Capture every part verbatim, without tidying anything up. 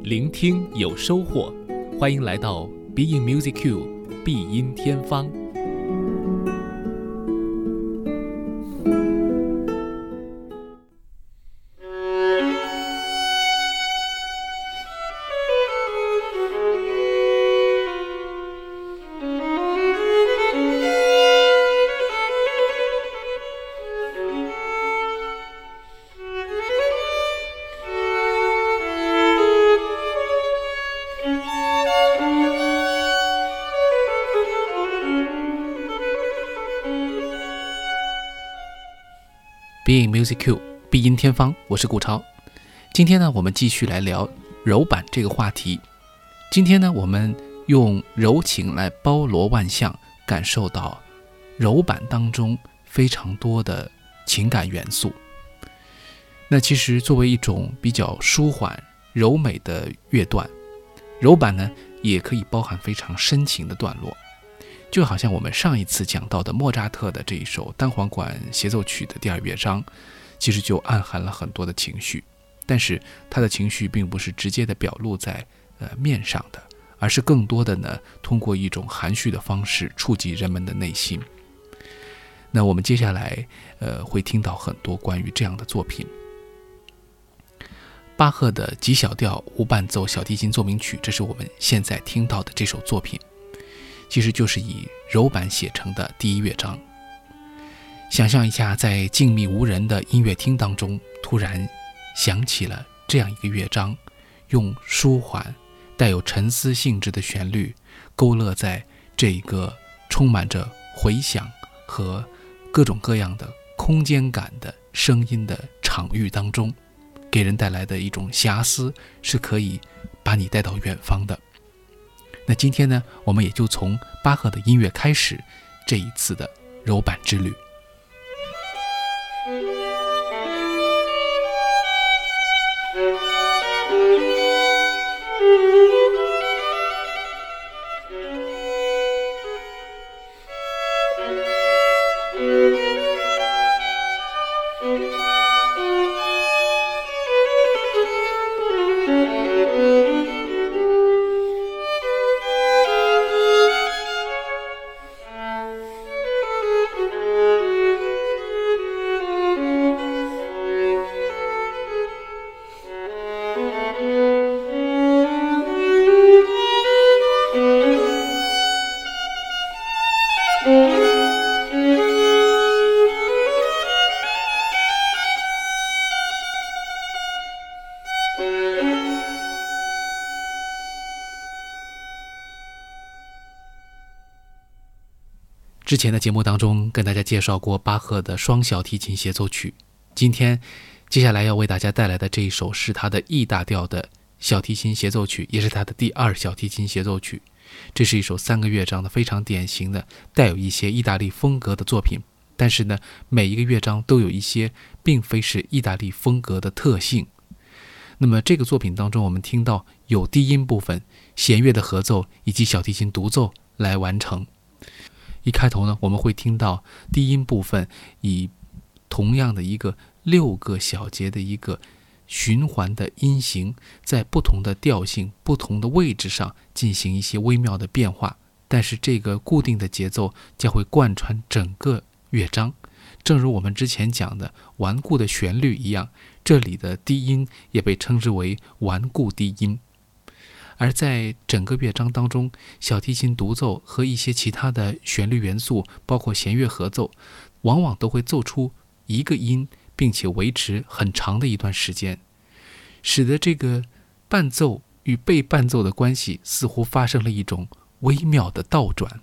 聆听有收获，欢迎来到 Being Music Q 必音天方。Being Music Q 必音天方，我是顾超。今天呢，我们继续来聊柔板这个话题。今天呢，我们用柔情来包罗万象，感受到柔板当中非常多的情感元素。那其实作为一种比较舒缓柔美的乐段，柔板呢也可以包含非常深情的段落。就好像我们上一次讲到的莫扎特的这一首单簧管协奏曲的第二乐章，其实就暗含了很多的情绪，但是他的情绪并不是直接的表露在呃面上的，而是更多的呢通过一种含蓄的方式触及人们的内心。那我们接下来呃会听到很多关于这样的作品。巴赫的 G 小调无伴奏小提琴奏鸣曲，这是我们现在听到的这首作品，其实就是以柔板写成的第一乐章。想象一下，在静谧无人的音乐厅当中，突然响起了这样一个乐章，用舒缓带有沉思性质的旋律勾勒在这一个充满着回响和各种各样的空间感的声音的场域当中，给人带来的一种遐思，是可以把你带到远方的。那今天呢，我们也就从巴赫的音乐开始这一次的柔板之旅。之前的节目当中跟大家介绍过巴赫的双小提琴协奏曲，今天接下来要为大家带来的这一首是他的 E 大调的小提琴协奏曲，也是他的第二小提琴协奏曲。这是一首三个乐章的非常典型的带有一些意大利风格的作品，但是呢，每一个乐章都有一些并非是意大利风格的特性。那么这个作品当中，我们听到有低音部分、弦乐的合奏以及小提琴独奏来完成。一开头呢，我们会听到低音部分以同样的一个六个小节的一个循环的音型，在不同的调性、不同的位置上进行一些微妙的变化，但是这个固定的节奏将会贯穿整个乐章。正如我们之前讲的顽固的旋律一样，这里的低音也被称之为顽固低音。而在整个乐章当中，小提琴独奏和一些其他的旋律元素，包括弦乐合奏，往往都会奏出一个音，并且维持很长的一段时间，使得这个伴奏与被伴奏的关系似乎发生了一种微妙的倒转。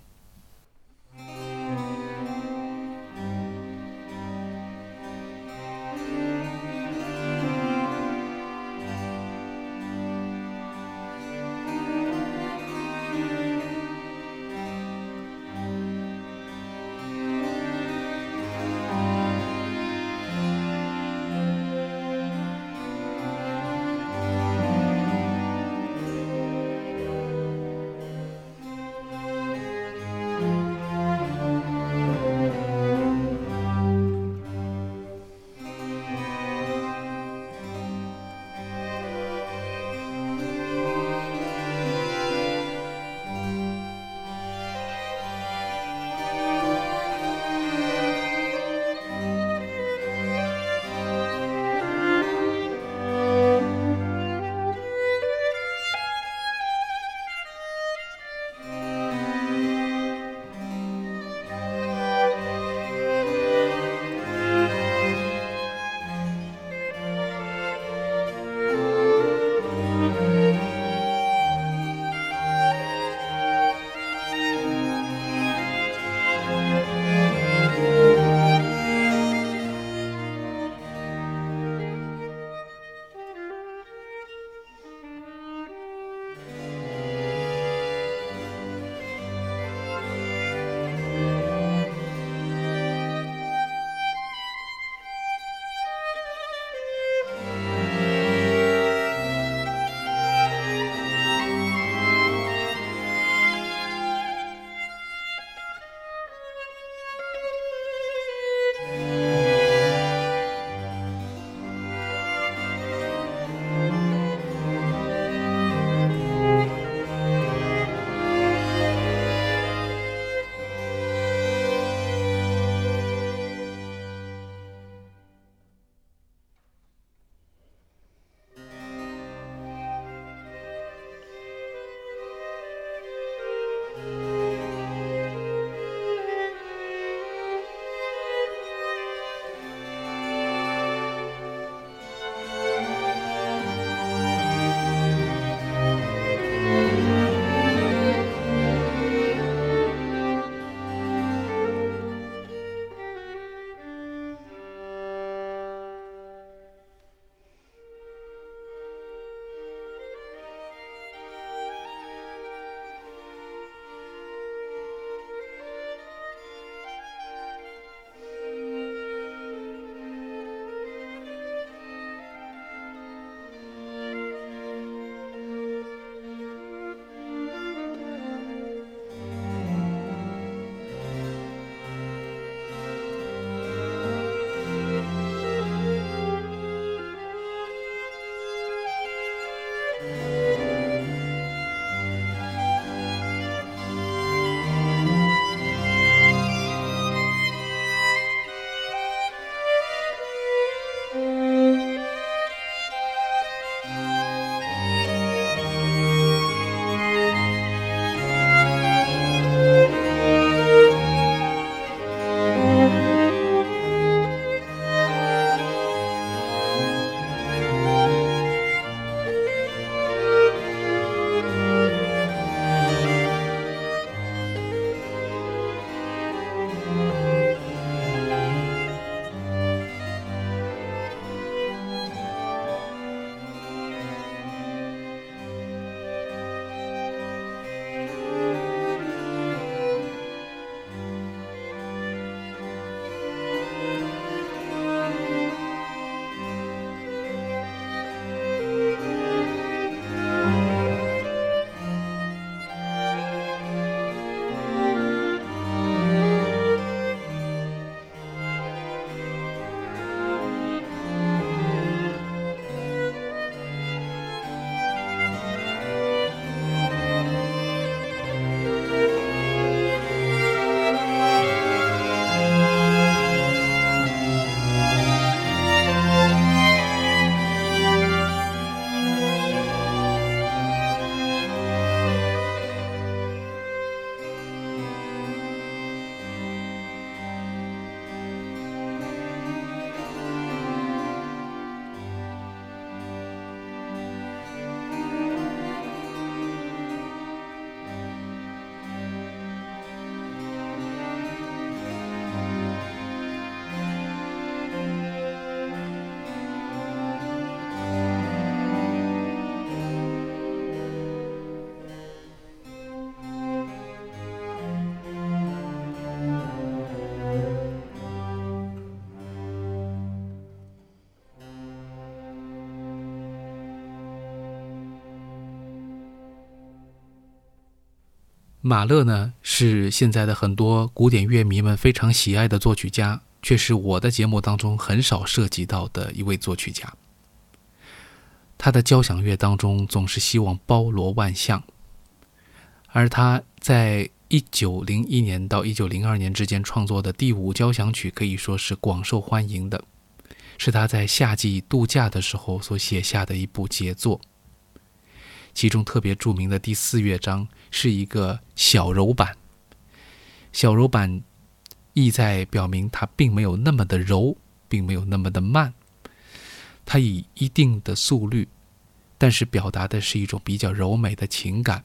马勒呢，是现在的很多古典乐迷们非常喜爱的作曲家，却是我的节目当中很少涉及到的一位作曲家。他的交响乐当中总是希望包罗万象，而他在一九零一年到一九零二年之间创作的第五交响曲可以说是广受欢迎的，是他在夏季度假的时候所写下的一部杰作。其中特别著名的第四乐章是一个小柔板，小柔板意在表明它并没有那么的柔，并没有那么的慢，它以一定的速率，但是表达的是一种比较柔美的情感。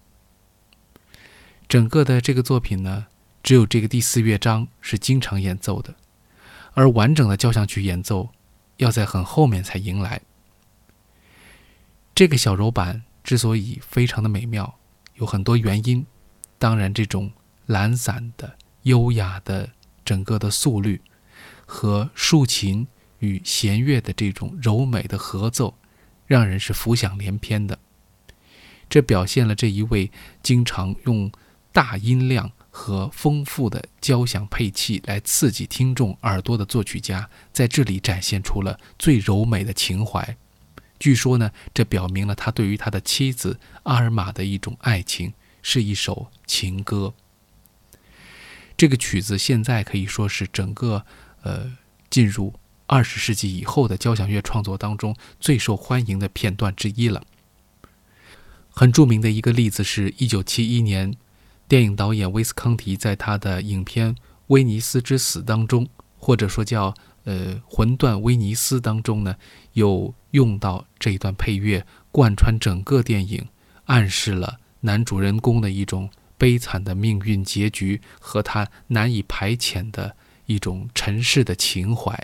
整个的这个作品呢，只有这个第四乐章是经常演奏的，而完整的交响曲演奏要在很后面才迎来。这个小柔板之所以非常的美妙，有很多原因，当然这种懒散的优雅的整个的速率和竖琴与弦乐的这种柔美的合奏，让人是浮想联翩的。这表现了这一位经常用大音量和丰富的交响配器来刺激听众耳朵的作曲家，在这里展现出了最柔美的情怀。据说呢，这表明了他对于他的妻子阿尔玛的一种爱情，是一首情歌。这个曲子现在可以说是整个呃进入二十世纪以后的交响乐创作当中最受欢迎的片段之一了。很著名的一个例子是一九七一年，电影导演威斯康提在他的影片《威尼斯之死》当中，或者说叫呃魂断威尼斯当中呢，有用到这一段配乐，贯穿整个电影，暗示了男主人公的一种悲惨的命运结局和他难以排遣的一种尘世的情怀。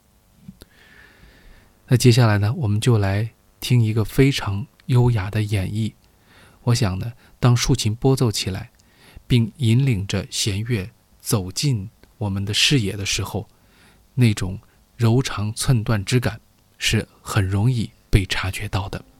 那接下来呢，我们就来听一个非常优雅的演绎。我想呢，当竖琴拨奏起来，并引领着弦乐走进我们的视野的时候，那种柔肠寸断之感是很容易被察觉到的。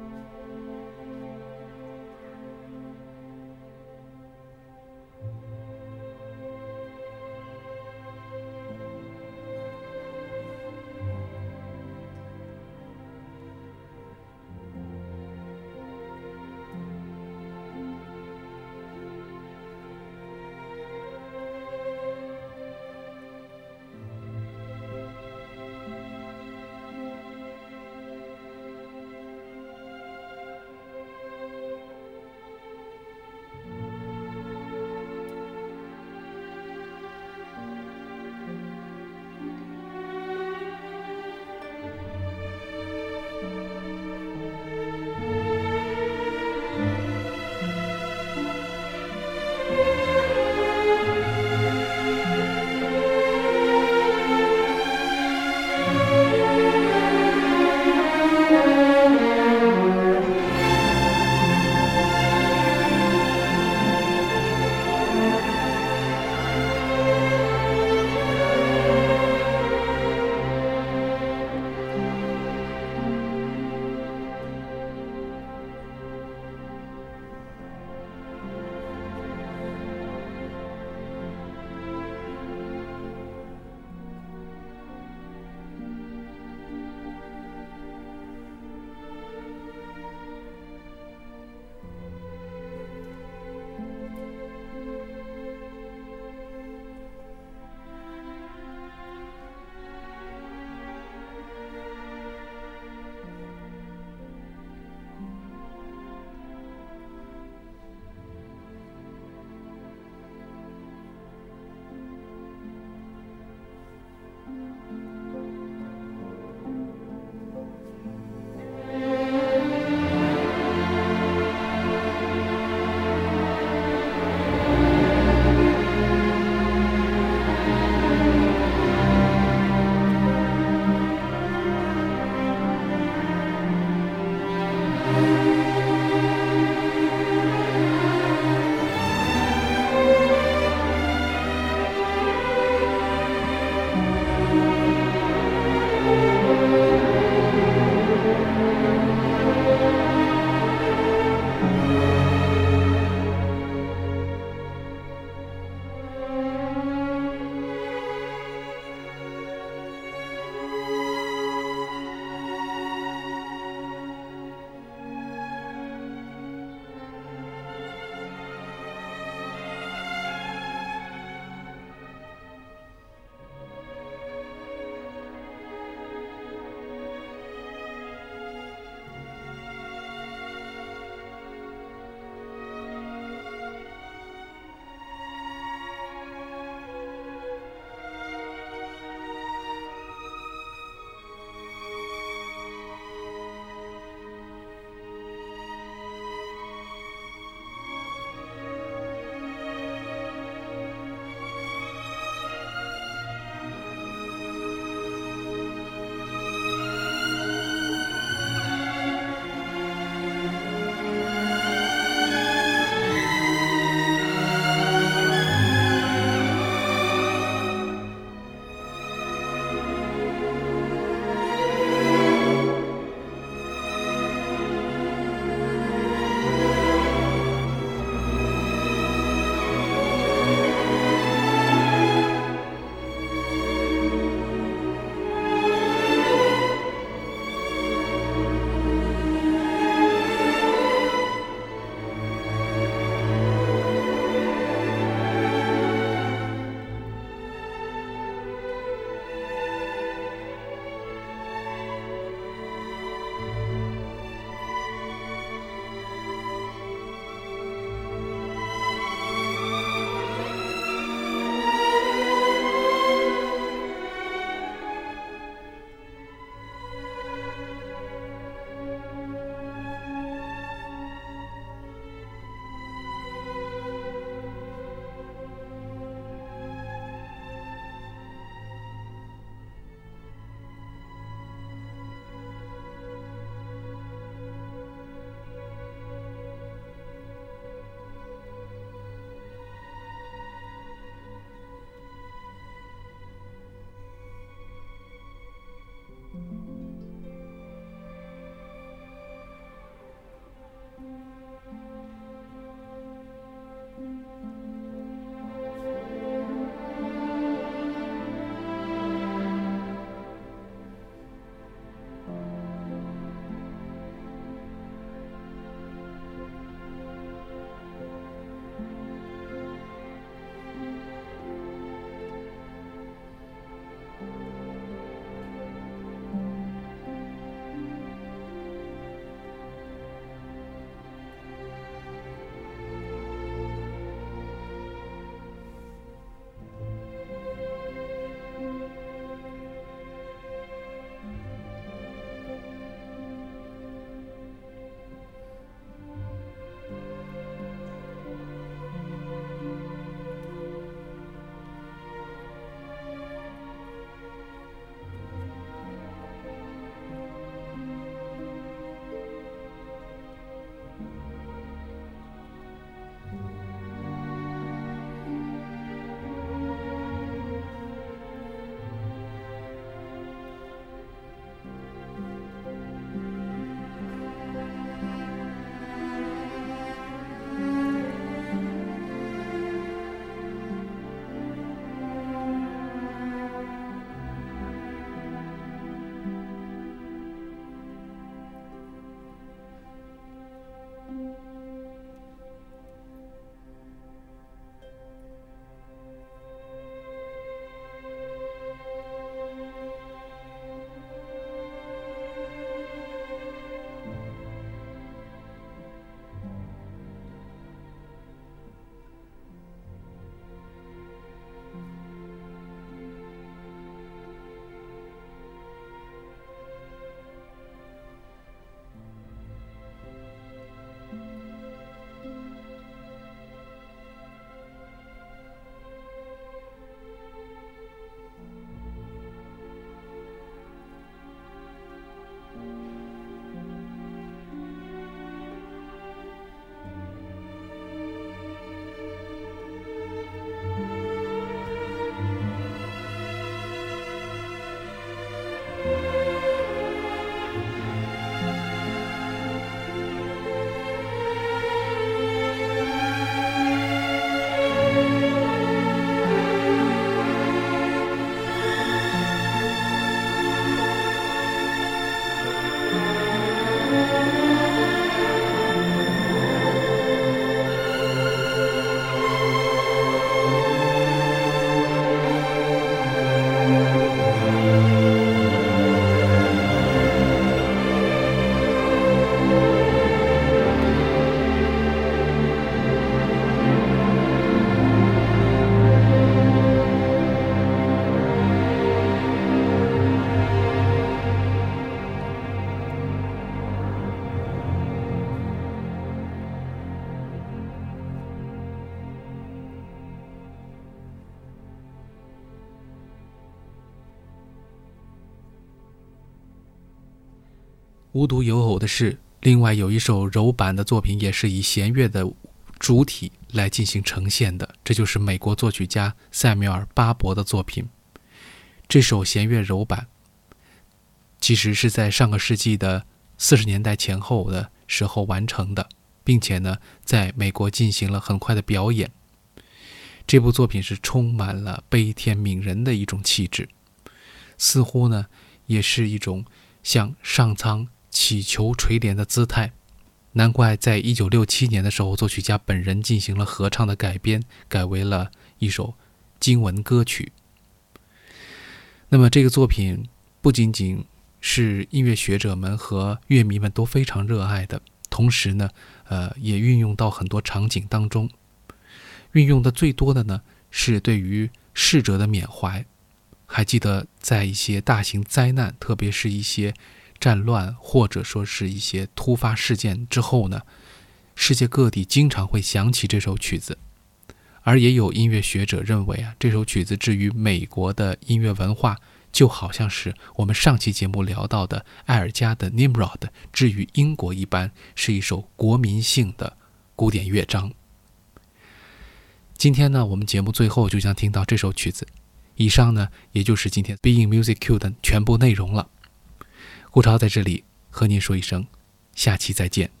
无独有偶的是，另外有一首柔板的作品也是以弦乐的主体来进行呈现的，这就是美国作曲家塞缪尔·巴伯的作品。这首弦乐柔板其实是在上个世纪的四十年代前后的时候完成的，并且呢，在美国进行了很快的表演。这部作品是充满了悲天悯人的一种气质，似乎呢，也是一种向上苍祈求垂怜的姿态。难怪在一九六七年的时候，作曲家本人进行了合唱的改编，改为了一首经文歌曲。那么这个作品不仅仅是音乐学者们和乐迷们都非常热爱的，同时呢，呃，也运用到很多场景当中。运用的最多的呢，是对于逝者的缅怀。还记得在一些大型灾难，特别是一些战乱或者说是一些突发事件之后呢，世界各地经常会响起这首曲子。而也有音乐学者认为啊，这首曲子至于美国的音乐文化，就好像是我们上期节目聊到的艾尔加的 Nimrod 至于英国一般，是一首国民性的古典乐章。今天呢，我们节目最后就将听到这首曲子。以上呢，也就是今天 Being Music Q 的全部内容了。顾超在这里和您说一声，下期再见。